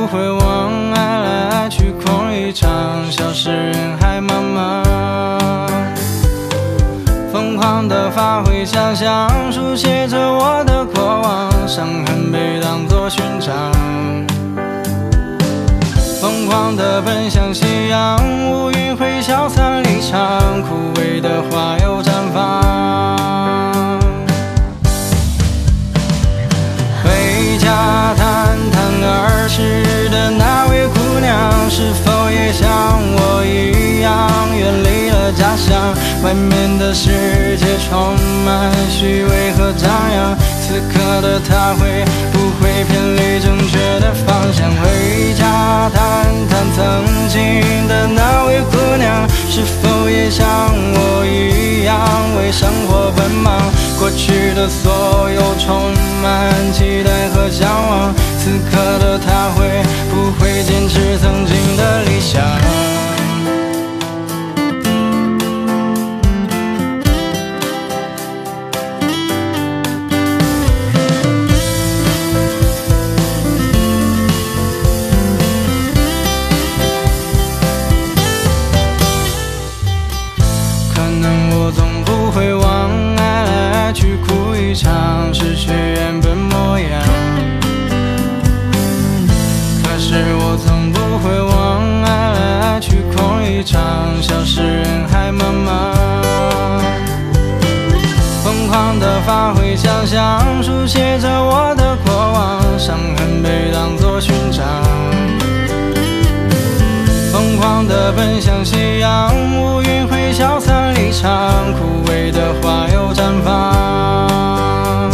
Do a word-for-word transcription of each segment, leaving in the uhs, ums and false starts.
不会忘，爱来爱去空一场，消失人海茫茫。疯狂的发挥想象，书写着我的过往，伤痕被当作勋章。疯狂的奔向夕阳，乌云会消散离场，枯萎的花又绽放。回家谈谈儿时的那位姑娘，是否也像我一样远离了家乡？外面的世界充满虚伪和张扬，此刻的她会不会偏离正确的方向？回家谈谈曾经的那位姑娘，是否也像我一样为生活奔忙？过去的所有充满期待和向往，此刻的她会不会坚持曾经的理想？我总不会忘，爱来爱去哭一场，失去原本模样。可是我总不会忘，爱来爱去空一场，消失人海茫茫。疯狂的发挥想象，书写着我的过往，伤痕被当作勋章。疯狂的奔向夕阳，乌云会消散离场，枯萎的花又绽放。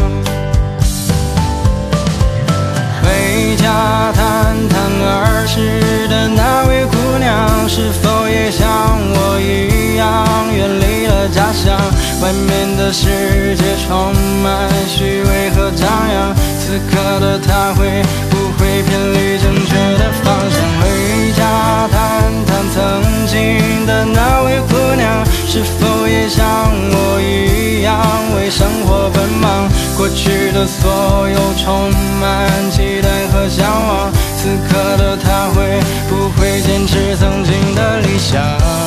回家谈谈儿时的那位姑娘，是否也像我一样远离了家乡？外面的世界充满虚伪和张扬，此刻的她会不会偏离正确的方向？回家谈谈曾经的那位姑娘，是否也像我一样为生活奔忙？过去的所有充满期待和向往，此刻的她会不会坚持曾经的理想？